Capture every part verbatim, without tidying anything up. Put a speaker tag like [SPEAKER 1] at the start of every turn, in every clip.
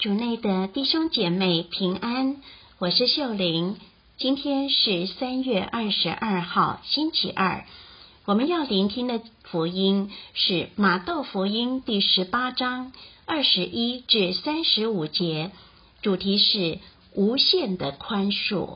[SPEAKER 1] 主内的弟兄姐妹平安，我是秀玲。今天是三月二十二号，星期二。我们要聆听的福音是马窦福音第十八章二十一至三十五节，主题是无限的宽恕。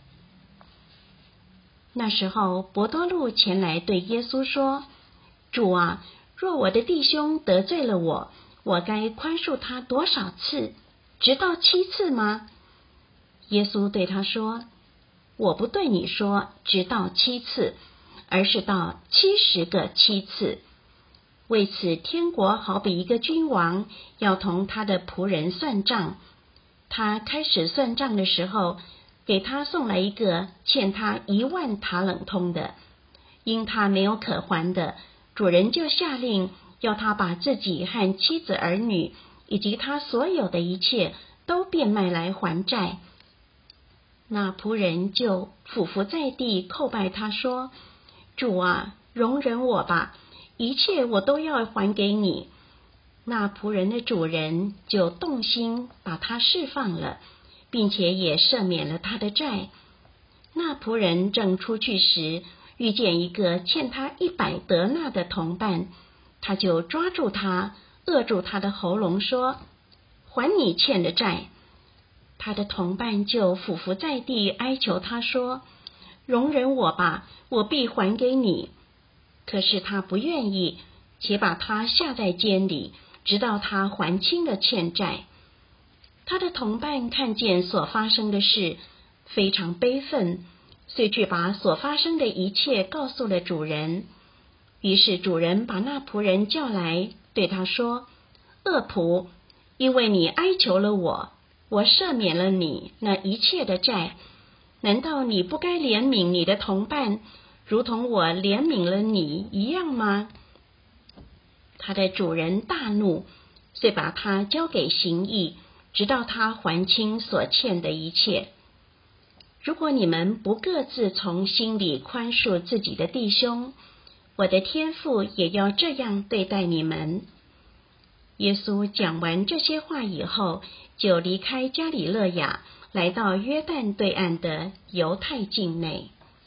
[SPEAKER 1] 那时候，伯多禄前来对耶稣说：“主啊，若我的弟兄得罪了我，我该宽恕他多少次？直到七次吗？”耶稣对他说：“我不对你说直到七次，而是到七十个七次。为此，天国好比一个君王要同他的仆人算账。他开始算账的时候，给他送来一个欠他一万塔冷通的，因他没有可还的，主人就下令要他把自己和妻子儿女以及他所有的一切都变卖来还债。那仆人就俯伏在地叩拜他说：主啊，容忍我吧，一切我都要还给你。那仆人的主人就动心把他释放了，并且也赦免了他的债。那仆人正出去时，遇见一个欠他一百德纳的同伴，他就抓住他，扼住他的喉咙说：还你欠的债。他的同伴就俯伏在地哀求他说：容忍我吧，我必还给你。可是他不愿意，且把他下在监里，直到他还清了欠债。他的同伴看见所发生的事，非常悲愤，遂去把所发生的一切告诉了主人。于是主人把那仆人叫来，对他说：恶仆，因为你哀求了我，我赦免了你那一切的债，难道你不该怜悯你的同伴，如同我怜悯了你一样吗？他的主人大怒，遂把他交给刑役，直到他还清所欠的一切。如果你们不各自从心里宽恕自己的弟兄，我的天父也要这样对待你们。耶稣讲完这些话以后，就离开加里肋亚，来到约旦对岸的犹太境内。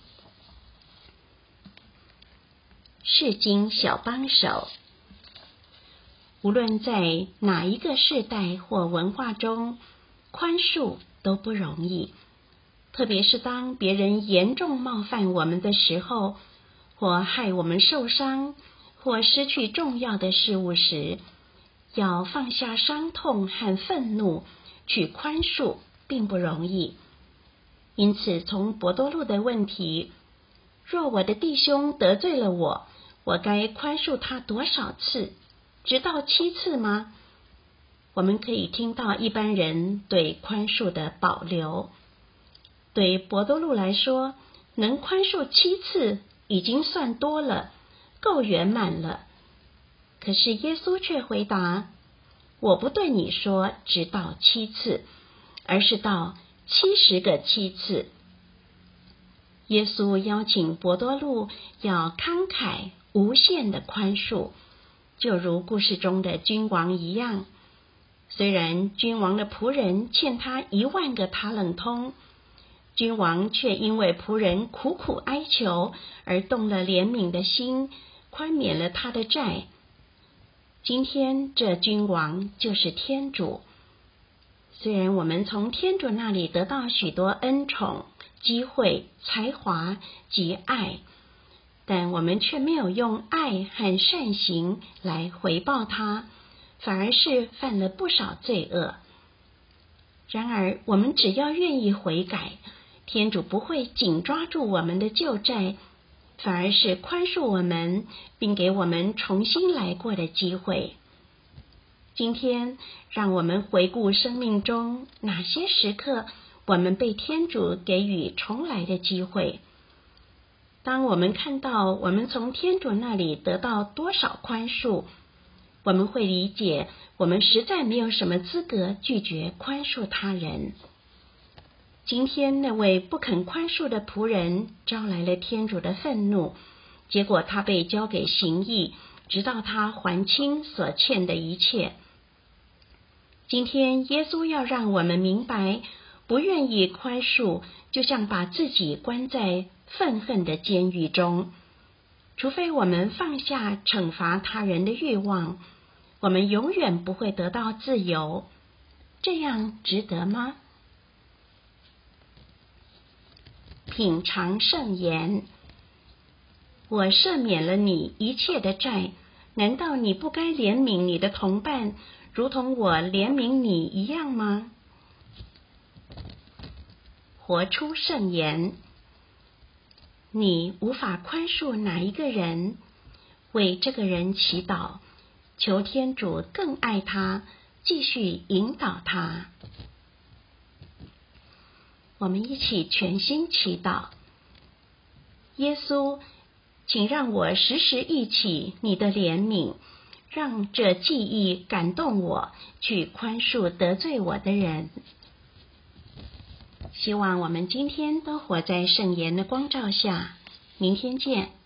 [SPEAKER 1] 释经小帮手。无论在哪一个世代或文化中，宽恕都不容易，特别是当别人严重冒犯我们的时候，或害我们受伤，或失去重要的事物时，要放下伤痛和愤怒去宽恕并不容易。因此，从伯多禄的问题，若我的弟兄得罪了我，我该宽恕他多少次？直到七次吗？我们可以听到一般人对宽恕的保留。对伯多禄来说，能宽恕七次已经算多了，够圆满了。可是耶稣却回答：我不对你说直到七次，而是到七十个七次。耶稣邀请伯多禄要慷慨无限的宽恕，就如故事中的君王一样。虽然君王的仆人欠他一万个塔冷通，君王却因为仆人苦苦哀求而动了怜悯的心，宽免了他的债。今天这君王就是天主。虽然我们从天主那里得到许多恩宠、机会、才华及爱，但我们却没有用爱和善行来回报他，反而是犯了不少罪恶。然而，我们只要愿意悔改，天主不会紧抓住我们的旧债，反而是宽恕我们，并给我们重新来过的机会。今天，让我们回顾生命中哪些时刻，我们被天主给予重来的机会。当我们看到我们从天主那里得到多少宽恕，我们会理解，我们实在没有什么资格拒绝宽恕他人。今天那位不肯宽恕的仆人招来了天主的愤怒，结果他被交给刑役，直到他还清所欠的一切。 今天耶稣要让我们明白，不愿意宽恕，就像把自己关在愤恨的监狱中。除非我们放下惩罚他人的欲望，我们永远不会得到自由。这样值得吗？品尝圣言。我赦免了你一切的债，难道你不该怜悯你的同伴，如同我怜悯你一样吗？活出圣言。你无法宽恕哪一个人，为这个人祈祷，求天主更爱他，继续引导他。我们一起全心祈祷。耶稣，请让我时时忆起你的怜悯，让这记忆感动我，去宽恕得罪我的人。希望我们今天都活在圣言的光照下。明天见。